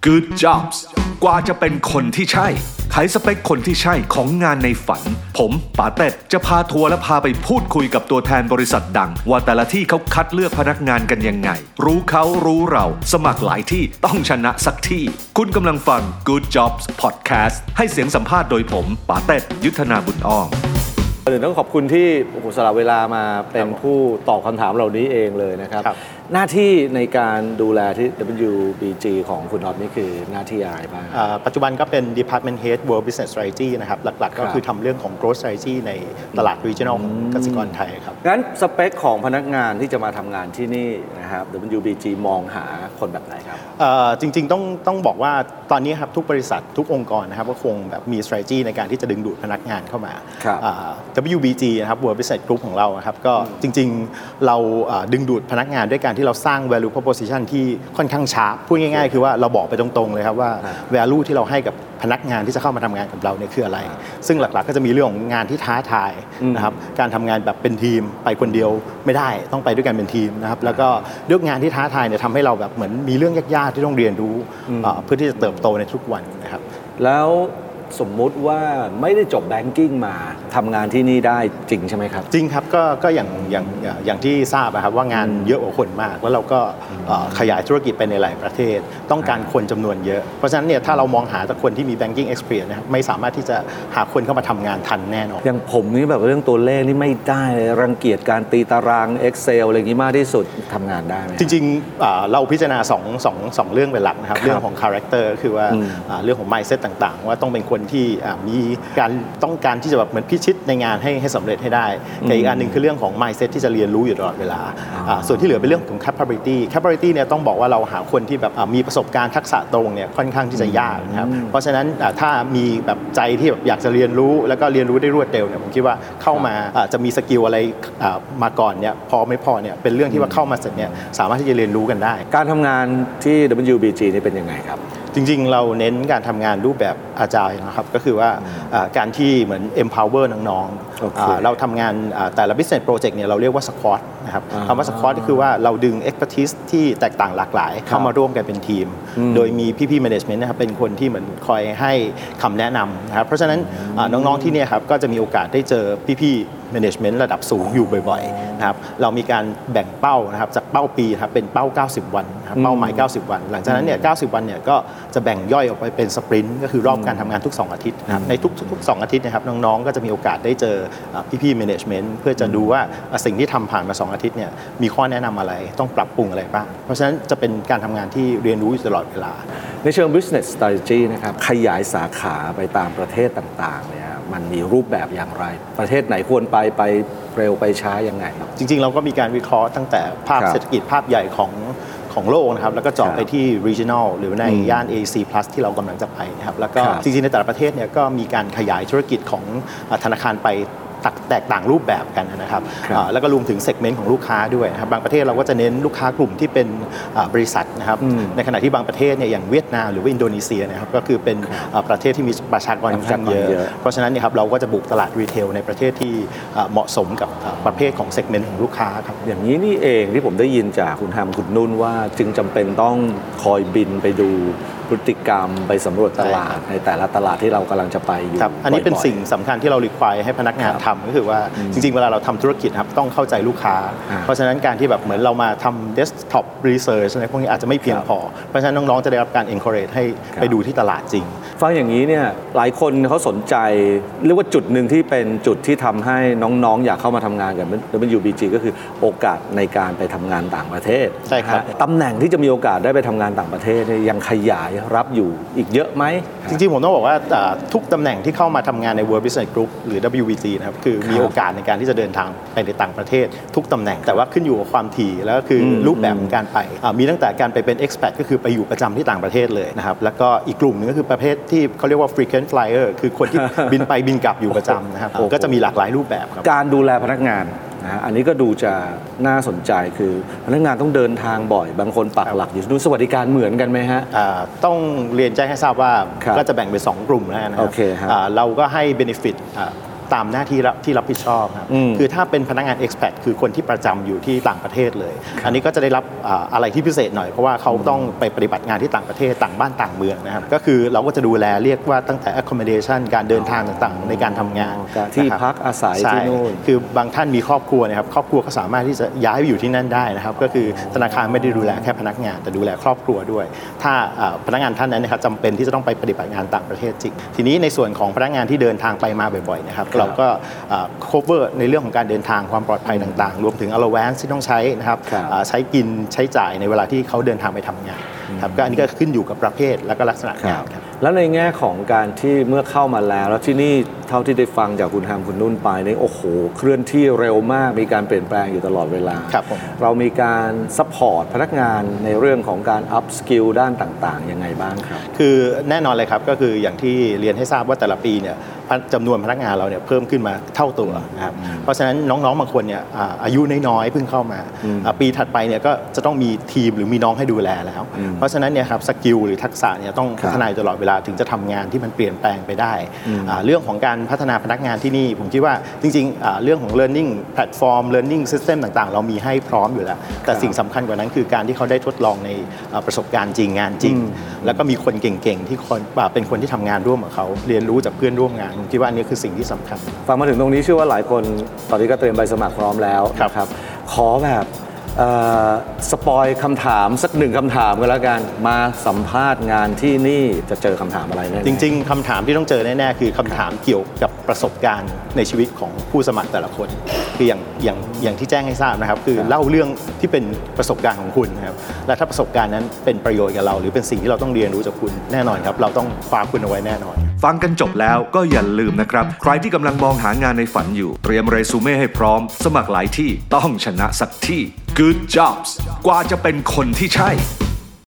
Good Jobs กว่าจะเป็นคนที่ใช่ไขสเปคคนที่ใช่ของงานในฝันผมป๋าเต็ดจะพาทัวร์และพาไปพูดคุยกับตัวแทนบริษัทดังว่าแต่ละที่เขาคัดเลือกพนักงานกันยังไงรู้เขารู้เราสมัครหลายที่ต้องชนะสักที่คุณกำลังฟัง Good Jobs Podcast ให้เสียงสัมภาษณ์โดยผมป๋าเต็ดยุทธนาบุญอ้อมต้องขอบคุณที่สละเวลามาเป็นผู้ตอบคำถามเหล่านี้เองเลยนะครับหน้าที่ในการดูแลที่ WBG ของคุณอ๊อฟนี่คือหน้าที่อะไรบ้างปัจจุบันก็เป็น Department Head World Business Strategy นะครับหลักๆก็คือทำเรื่องของ Growth Strategy ในตลาด Regional ของกสิกรไทยครับงั้นสเปคของพนักงานที่จะมาทำงานที่นี่นะครับ WBG มองหาคนแบบไหนครับจริงๆต้องบอกว่าตอนนี้ครับทุกบริษัททุกองค์กรนะครับก็คงแบบมี strategy ในการที่จะดึงดูดพนักงานเข้ามาWBG นะครับ World Business Group ของเราครับก็จริงๆเราดึงดูดพนักงานด้วยการที่เราสร้าง value proposition ที่ค่อนข้างช้าพูดง่ายๆคือว่าเราบอกไปตรงๆเลยครับว่า value ที่เราให้กับพนักงานที่จะเข้ามาทำงานกับเราเนี่ยคืออะไรซึ่งหลักๆก็จะมีเรื่องของงานที่ท้าทายนะครับการทำงานแบบเป็นทีมไปคนเดียวไม่ได้ต้องไปด้วยกันเป็นทีมนะครับแล้วก็เรื่องงานที่ท้าทายเนี่ยทำให้เราแบบเหมือนมีเรื่องยากๆที่ต้องเรียนรู้เพื่อที่จะเติบโตในทุกวันนะครับแล้วสมมุติว่าไม่ได้จบแบงกิ้งมาทำงานที่นี่ได้จริงใช่ไหมครับจริงครับก็อย่างที่ทราบนะครับว่างานเยอะกว่าคนมากแล้วเราก็ขยายธุรกิจไปในหลายประเทศต้องการคนจำนวนเยอะเพราะฉะนั้นเนี่ยถ้าเรามองหาแต่คนที่มี banking experience นะครับไม่สามารถที่จะหาคนเข้ามาทำงานทันแน่นอนอย่างผมนี่แบบเรื่องตัวเลขนี่ไม่ได้รังเกียจการตีตาราง Excel อะไรอย่างนี้มากที่สุดทำงานได้ไหมจริงๆเราพิจารณา2เรื่องเป็นหลักนะครับเรื่องของ character คือว่าเรื่องของ mindset ต่างๆว่าต้องเป็นคนที่มีการต้องการที่จะแบบเหมือนพิชิตในงานให้สำเร็จให้ได้แต่อีกอันหนึ่งคือเรื่องของ mindset ที่จะเรียนรู้อยู่ตลอดเวลาส่วนที่เหลือเป็นเรื่องของ capability เนี่ยต้องบอกว่าเราหาคนที่แบบมีประสบการณ์ทักษะตรงเนี่ยค่อนข้างที่จะยากนะครับเพราะฉะนั้นถ้ามีแบบใจที่แบบอยากจะเรียนรู้แล้วก็เรียนรู้ได้รวดเร็วเนี่ยผมคิดว่าเข้ามาจะมีสกิลอะไรมาก่อนเนี่ยพอไม่พอเนี่ยเป็นเรื่องที่ว่าเข้ามาเสร็จเนี่ยสามารถที่จะเรียนรู้กันได้การทำงานที่ WBG นี่เป็นยังไงครับจริงๆเราเน้นการทำงานรูปแบบอาจารย์นะครับก็คือว่าการที่เหมือน empower น้องๆเราทำงานแต่ละ business project เนี่ยเราเรียกว่า squad นะครับคำว่า squad ก็คือว่าเราดึง expertise ที่แตกต่างหลากหลายเข้ามาร่วมกันเป็นทีมโดยมีพี่ๆ management นะครับเป็นคนที่เหมือนคอยให้คำแนะนำนะครับเพราะฉะนั้นน้องๆที่นี่ครับก็จะมีโอกาสได้เจอพี่ๆmanagement ระดับสูงอยู่บ่อยๆนะครับเรามีการแบ่งเป้านะครับจากเป้าปีครับเป็นเป้า90วันนะครับเป้าหมาย90วันหลังจากนั้นเนี่ย90วันเนี่ยก็จะแบ่งย่อยออกไปเป็นสปรินต์ก็คือรอบการทำงานทุก2อาทิตย์นะครับในทุก2อาทิตย์นะครับน้องๆก็จะมีโอกาสได้เจอพี่ๆ management เพื่อจะดูว่าสิ่งที่ทำผ่านมา2อาทิตย์เนี่ยมีข้อแนะนำอะไรต้องปรับปรุงอะไรบ้างเพราะฉะนั้นจะเป็นการทำงานที่เรียนรู้อยู่ตลอดเวลาในเชิง business strategy นะครับขยายสาขาไปตามประเทศต่างๆเนี่ยมันมีรูปแบบอย่างไรประเทศไหนควรไปเร็วไปช้ายังไงครับจริงๆเราก็มีการวิเคราะห์ตั้งแต่ภาพเศรษฐกิจภาพใหญ่ของโลกนะครับแล้วก็เจาะไปที่ regional หรือในย่าน AC+ ที่เรากำลังจะไปนะครับแล้วก็จริงๆในแต่ละประเทศเนี่ยก็มีการขยายธุรกิจของธนาคารไปแตกต่างรูปแบบกันนะครับแล้วก็รวมถึงเซกเมนต์ของลูกค้าด้วยนะครับบางประเทศเราก็จะเน้นลูกค้ากลุ่มที่เป็นบริษัทนะครับในขณะที่บางประเทศเนี่ยอย่างเวียดนามหรือว่าอินโดนีเซียนะครับก็คือเป็นประเทศที่มีประชากรค่อนข้างเยอะเพราะฉะนั้นเนี่ยครับเราก็จะบุกตลาดรีเทลในประเทศที่เหมาะสมกับประเภทของเซกเมนต์ของลูกค้าครับอย่างนี้นี่เองที่ผมได้ยินจากคุณฮามคุณนุ่นว่าจึงจำเป็นต้องคอยบินไปดูพฤติกรรมไปสำรวจตลาดในแต่ละตลาดที่เรากำลังจะไปอยู่ครับอันนี้เป็นสิ่งสำคัญที่เรารีควายให้พนักงานทำก็คือว่าจริงๆเวลาเราทำธุรกิจครับต้องเข้าใจลูกค้าเพราะฉะนั้นการที่แบบเหมือนเรามาทำ desktop research อะไรพวกนี้อาจจะไม่เพียงพอเพราะฉะนั้นน้องๆจะได้รับการ encourage ให้ไปดูที่ตลาดจริงฟังอย่างนี้เนี่ยหลายคนเขาสนใจเรียกว่าจุดหนึ่งที่เป็นจุดที่ทำให้น้องๆอยากเข้ามาทำงานกับ WBG ก็คือโอกาสในการไปทำงานต่างประเทศใช่ครับตำแหน่งที่จะมีโอกาสได้ไปทำงานต่างประเทศยังขยายรับอยู่อีกเยอะไหมจริงๆผมต้องบอกว่าทุกตำแหน่งที่เข้ามาทำงานใน World Business Group หรือ WBG นะครับคือมีโอกาสในการที่จะเดินทางไปในต่างประเทศทุกตำแหน่งแต่ว่าขึ้นอยู่กับความถี่แล้วก็คือรูปแบบของการไปมีตั้งแต่การไปเป็น expat ก็คือไปอยู่ประจำที่ต่างประเทศเลยนะครับแล้วก็อีกกลุ่มนึงก็คือประเภทที่เขาเรียกว่า frequent flyer คือคนที่บินไปบินกลับอยู่ประจำนะครับก็จะมีหลากหลายรูปแบบครับการดูแลพนักงานอันนี้ก็ดูจะน่าสนใจคือพนักงานต้องเดินทางบ่อยบางคนปักหลักอยู่ดูสวัสดิการเหมือนกันไหมฮะต้องเรียนแจ้งให้ทราบว่าก็จะแบ่งเป็น2กลุ่มแล้วนะครับเราก็ให้ benefit ตามหน้าที่ที่รับผิดชอบครับคือถ้าเป็นพนักงาน expat คือคนที่ประจำอยู่ที่ต่างประเทศเลยอันนี้ก็จะได้รับอะไรที่พิเศษหน่อยเพราะว่าเขาต้องไปปฏิบัติงานที่ต่างประเทศต่างบ้านต่างเมืองนะครับก็คือเราก็จะดูแลเรียกว่าตั้งแต่ accommodation การเดินทางต่างๆในการทำงานที่พักอาศัยที่นู่นคือบางท่านมีครอบครัวนะครับครอบครัวก็สามารถที่จะย้ายไปอยู่ที่นั่นได้นะครับก็คือธนาคารไม่ได้ดูแลแค่พนักงานแต่ดูแลครอบครัวด้วยถ้าพนักงานท่านนั้นนะครับจำเป็นที่จะต้องไปปฏิบัติงานต่างประเทศจริงทีนี้ในส่วนของพนักงานที่เดินทางไปมาบ่อยๆนะครับเราก็ cover ในเรื่องของการเดินทางความปลอดภัยต่างๆรวมถึง allowance ที่ต้องใช้นะครับใช้กินใช้จ่ายในเวลาที่เขาเดินทางไปทำงานครับก็อันนี้ก็ขึ้นอยู่กับประเภทและก็ลักษณะงานครับแล้วในแง่ของการที่เมื่อเข้ามาแล้วที่นี่เท่าที่ได้ฟังจากคุณแฮมคุณนุ่นไปนี่โอ้โหเคลื่อนที่เร็วมากมีการเปลี่ยนแปลงอยู่ตลอดเวลาเรามีการซัพพอร์ตพนักงานในเรื่องของการอัพสกิลด้านต่างๆยังไงบ้างครับคือแน่นอนเลยครับก็คืออย่างที่เรียนให้ทราบว่าแต่ละปีเนี่ยจำนวนพนักงานเราเนี่ยเพิ่มขึ้นมาเท่าตัวนะครับเพราะฉะนั้นน้องๆบางคนเนี่ยอายุน้อยๆเพิ่งเข้ามาปีถัดไปเนี่ยก็จะต้องมีทีมหรือมีน้องให้ดูแลแล้วเพราะฉะนั้นเนี่ยครับสกิลหรือทักษะเนี่ยต้องพัฒนาตลอดเวลาถึงจะทำงานที่มันเปลี่ยนแปลงไปได้เรื่องของการพัฒนาพนักงานที่นี่ผมคิดว่าจริงๆเรื่องของ learning platform learning system ต่างๆเรามีให้พร้อมอยู่แล้วแต่สิ่งสำคัญกว่านั้นคือการที่เขาได้ทดลองในประสบการณ์จริงงานจริงแล้วก็มีคนเก่งๆที่เป็นคนที่ทำงานร่วมกับเขาเรียนรู้จากเพื่อนร่วมงานผมคิดว่าอันนี้คือสิ่งที่สำคัญฟังมาถึงตรงนี้เชื่อว่าหลายคนตอนนี้ก็เตรียมใบสมัครพร้อมแล้วครับขอแบบสปอยคำถามสักหนึ่งคำถามกันแล้วกันมาสัมภาษณ์งานที่นี่จะเจอคำถามอะไรแน่จริงๆคำถามที่ต้องเจอแน่ๆคือคำถามเกี่ยวกับประสบการณ์ในชีวิตของผู้สมัครแต่ละคนคืออย่างที่แจ้งให้ทราบนะครับคือเล่าเรื่องที่เป็นประสบการณ์ของคุณนะครับและถ้าประสบการณ์นั้นเป็นประโยชน์กับเราหรือเป็นสิ่งที่เราต้องเรียนรู้จากคุณแน่นอนครับเราต้องคว้าคุณเอาไว้แน่นอนฟังกันจบแล้วก็อย่าลืมนะครับใครที่กำลังมองหางานในฝันอยู่เตรียมเรซูเม่ให้พร้อมสมัครหลายที่ต้องชนะสักที่ Good Jobs กว่าจะเป็นคนที่ใช่